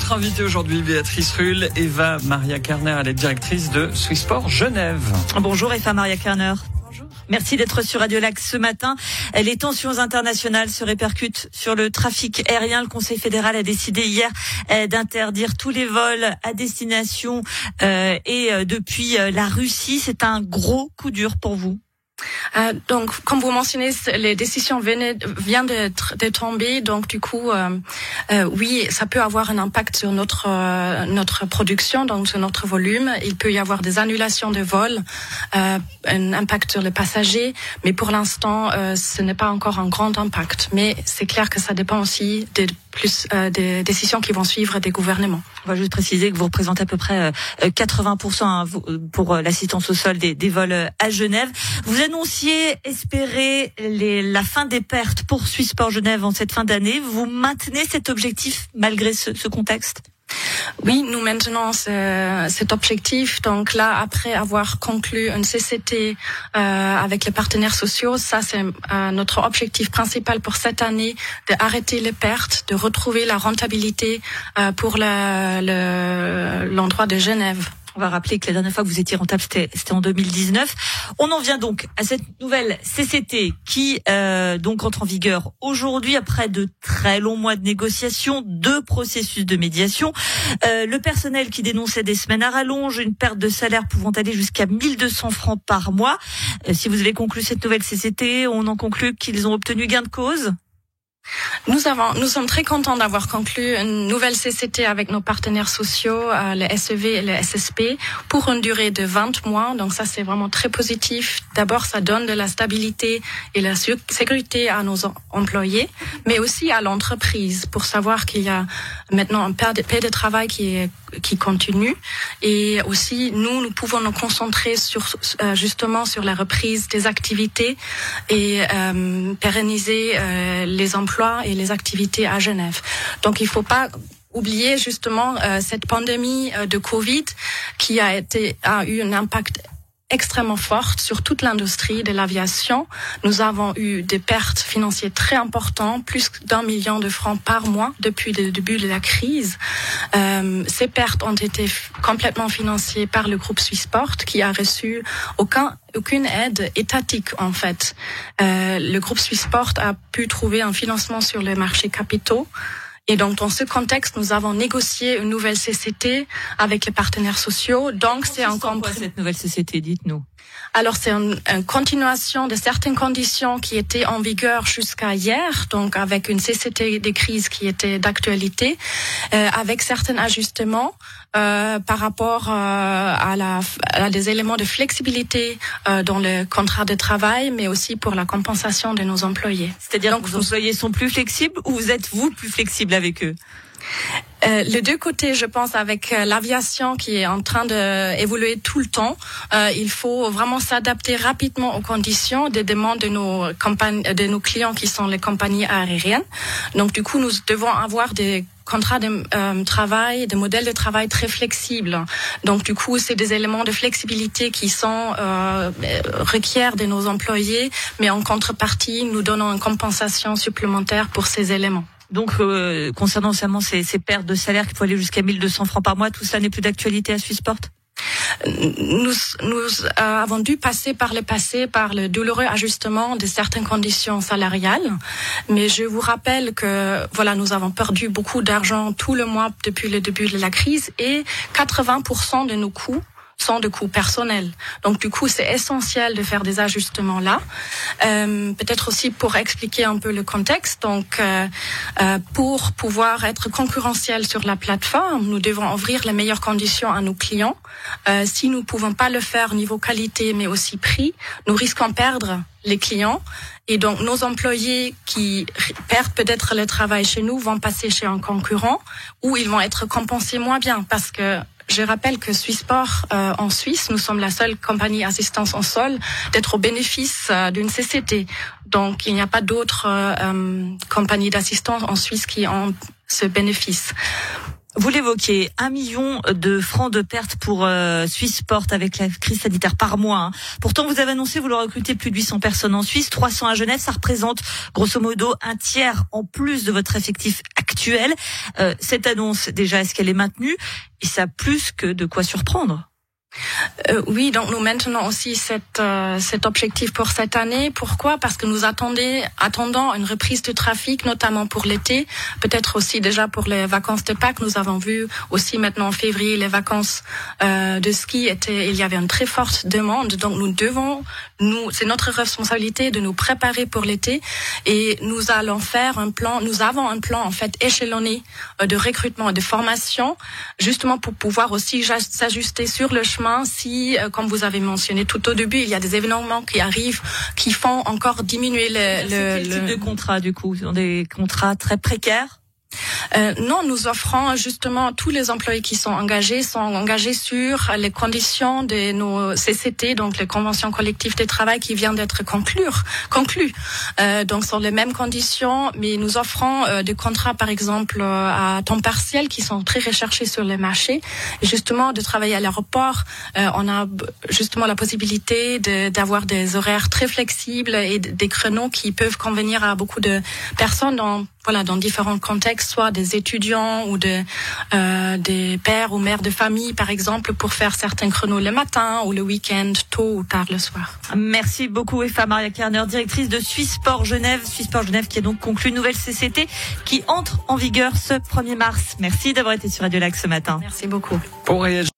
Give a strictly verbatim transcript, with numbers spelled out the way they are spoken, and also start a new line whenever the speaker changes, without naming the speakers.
Votre invitée aujourd'hui, Béatrice Rulle, Eva Maria Kerner, elle est directrice de Swissport Genève.
Bonjour Eva Maria Kerner. Bonjour. Merci d'être sur Radio Lac ce matin. Les tensions internationales se répercutent sur le trafic aérien. Le Conseil fédéral a décidé hier d'interdire tous les vols à destination euh, et depuis la Russie. C'est un gros coup dur pour vous.
Euh, donc, comme vous mentionnez, les décisions venaient, viennent de, de tomber. Donc, du coup, euh, euh, oui, ça peut avoir un impact sur notre euh, notre production, donc sur notre volume. Il peut y avoir des annulations de vols, euh, un impact sur les passagers. Mais pour l'instant, euh, ce n'est pas encore un grand impact. Mais c'est clair que ça dépend aussi des plus euh, des décisions qui vont suivre des gouvernements.
On va juste préciser que vous représentez à peu près euh, quatre-vingts pour cent hein, pour euh, l'assistance au sol des, des vols à Genève. Vous annonciez espérer les, la fin des pertes pour Swissport Genève en cette fin d'année. Vous maintenez cet objectif malgré ce, ce contexte ?
Oui, nous maintenons ce, cet objectif. Donc là, après avoir conclu un C C T euh, avec les partenaires sociaux, ça c'est euh, notre objectif principal pour cette année, d'arrêter les pertes, de retrouver la rentabilité euh, pour la, le, l'endroit de Genève.
On va rappeler que la dernière fois que vous étiez rentable, c'était, c'était en deux mille dix-neuf. On en vient donc à cette nouvelle C C T qui euh, donc entre en vigueur aujourd'hui après de très longs mois de négociations, deux processus de médiation. Euh, le personnel qui dénonçait des semaines à rallonge, une perte de salaire pouvant aller jusqu'à mille deux cents francs par mois. Euh, si vous avez conclu cette nouvelle C C T, on en conclut qu'ils ont obtenu gain de cause ?
Nous avons, nous sommes très contents d'avoir conclu une nouvelle C C T avec nos partenaires sociaux, euh, le S E V et le S S P, pour une durée de vingt mois. Donc ça, c'est vraiment très positif. D'abord, ça donne de la stabilité et la sécurité à nos employés, mais aussi à l'entreprise, pour savoir qu'il y a maintenant un paix de, paix de travail qui est qui continue. Et aussi, nous, nous pouvons nous concentrer sur euh, justement sur la reprise des activités et euh, pérenniser euh, les emplois et les activités à Genève. Donc, il faut pas oublier justement euh, cette pandémie euh, de Covid qui a été a eu un impact extrêmement forte sur toute l'industrie de l'aviation. Nous avons eu des pertes financières très importantes, plus d'un million de francs par mois depuis le début de la crise. Euh, ces pertes ont été f- complètement financées par le groupe Swissport, qui a reçu aucun aucune aide étatique en fait. Euh, le groupe Swissport a pu trouver un financement sur les marchés capitaux. Et donc, dans ce contexte, nous avons négocié une nouvelle C C T avec les partenaires sociaux. Donc, c'est un
compris. Quoi, cette nouvelle C C T, dites-nous.
Alors, c'est une, une continuation de certaines conditions qui étaient en vigueur jusqu'à hier, donc avec une C C T de crise qui était d'actualité, euh, avec certains ajustements euh, par rapport euh, à, la, à des éléments de flexibilité euh, dans le contrat de travail, mais aussi pour la compensation de nos employés.
C'est-à-dire donc, que vos employés sont plus flexibles ou vous êtes, vous, plus flexible avec eux ?
Euh, les deux côtés, je pense, avec euh, l'aviation qui est en train d'évoluer tout le temps, euh, il faut vraiment s'adapter rapidement aux conditions des demandes de nos compagnies, de nos clients qui sont les compagnies aériennes. Donc, du coup, nous devons avoir des contrats de euh, travail, des modèles de travail très flexibles. Donc, du coup, c'est des éléments de flexibilité qui sont euh, requièrent de nos employés, mais en contrepartie, nous donnons une compensation supplémentaire pour ces éléments.
Donc, euh, concernant seulement ces, ces pertes de salaire qui peuvent aller jusqu'à mille deux cents francs par mois, tout ça n'est plus d'actualité à Swissport ?
Nous, nous euh, avons dû passer par le passé par le douloureux ajustement de certaines conditions salariales, mais je vous rappelle que voilà, nous avons perdu beaucoup d'argent tout le mois depuis le début de la crise et quatre-vingts pour cent de nos coûts sont de coûts personnels. Donc du coup, c'est essentiel de faire des ajustements là. Euh, peut-être aussi pour expliquer un peu le contexte. Donc, euh, euh, pour pouvoir être concurrentiel sur la plateforme, nous devons offrir les meilleures conditions à nos clients. Euh, si nous ne pouvons pas le faire au niveau qualité, mais aussi prix, nous risquons de perdre les clients. Et donc, nos employés qui perdent peut-être le travail chez nous vont passer chez un concurrent où ils vont être compensés moins bien parce que je rappelle que Swissport, euh, en Suisse, nous sommes la seule compagnie assistance en sol d'être au bénéfice euh, d'une C C T. Donc, il n'y a pas d'autres euh, compagnies d'assistance en Suisse qui ont ce bénéfice.
Vous l'évoquez, un million de francs de pertes pour euh, Swissport avec la crise sanitaire par mois. Hein. Pourtant, vous avez annoncé vouloir recruter plus de huit cents personnes en Suisse, trois cents à Genève. Ça représente grosso modo un tiers en plus de votre effectif actuel. actuelle. Euh, cette annonce, déjà, est-ce qu'elle est maintenue? Et ça a plus que de quoi surprendre.
Euh, oui, donc nous maintenons aussi cette, euh, cet objectif pour cette année. Pourquoi? Parce que nous attendons, attendons une reprise de trafic, notamment pour l'été, peut-être aussi déjà pour les vacances de Pâques. Nous avons vu aussi maintenant en février les vacances euh, de ski. Étaient, il y avait une très forte demande, donc nous devons, nous, c'est notre responsabilité de nous préparer pour l'été et nous allons faire un plan. Nous avons un plan en fait échelonné euh, de recrutement et de formation, justement pour pouvoir aussi s'ajuster sur le chemin. Si, euh, comme vous avez mentionné tout au début, il y a des événements qui arrivent, qui font encore diminuer le...
le C'est quel le... type de contrat, du coup? Ce sont des contrats très précaires?
Euh, non, nous offrons justement tous les employés qui sont engagés sont engagés sur les conditions de nos C C T, donc les conventions collectives de travail qui viennent d'être conclues. conclues. Euh, donc sur les mêmes conditions, mais nous offrons euh, des contrats par exemple à temps partiel qui sont très recherchés sur les marchés. Et justement, de travailler à l'aéroport, euh, on a justement la possibilité de, d'avoir des horaires très flexibles et des créneaux qui peuvent convenir à beaucoup de personnes dans Voilà, dans différents contextes, soit des étudiants ou de, euh, des pères ou mères de famille, par exemple, pour faire certains créneaux le matin ou le week-end, tôt ou tard le soir.
Merci beaucoup, Eva Maria Kerner, directrice de Swissport Genève. Swissport Genève qui a donc conclu une nouvelle C C T qui entre en vigueur ce premier mars. Merci d'avoir été sur Radio Lac ce matin.
Merci beaucoup.
Pour réagir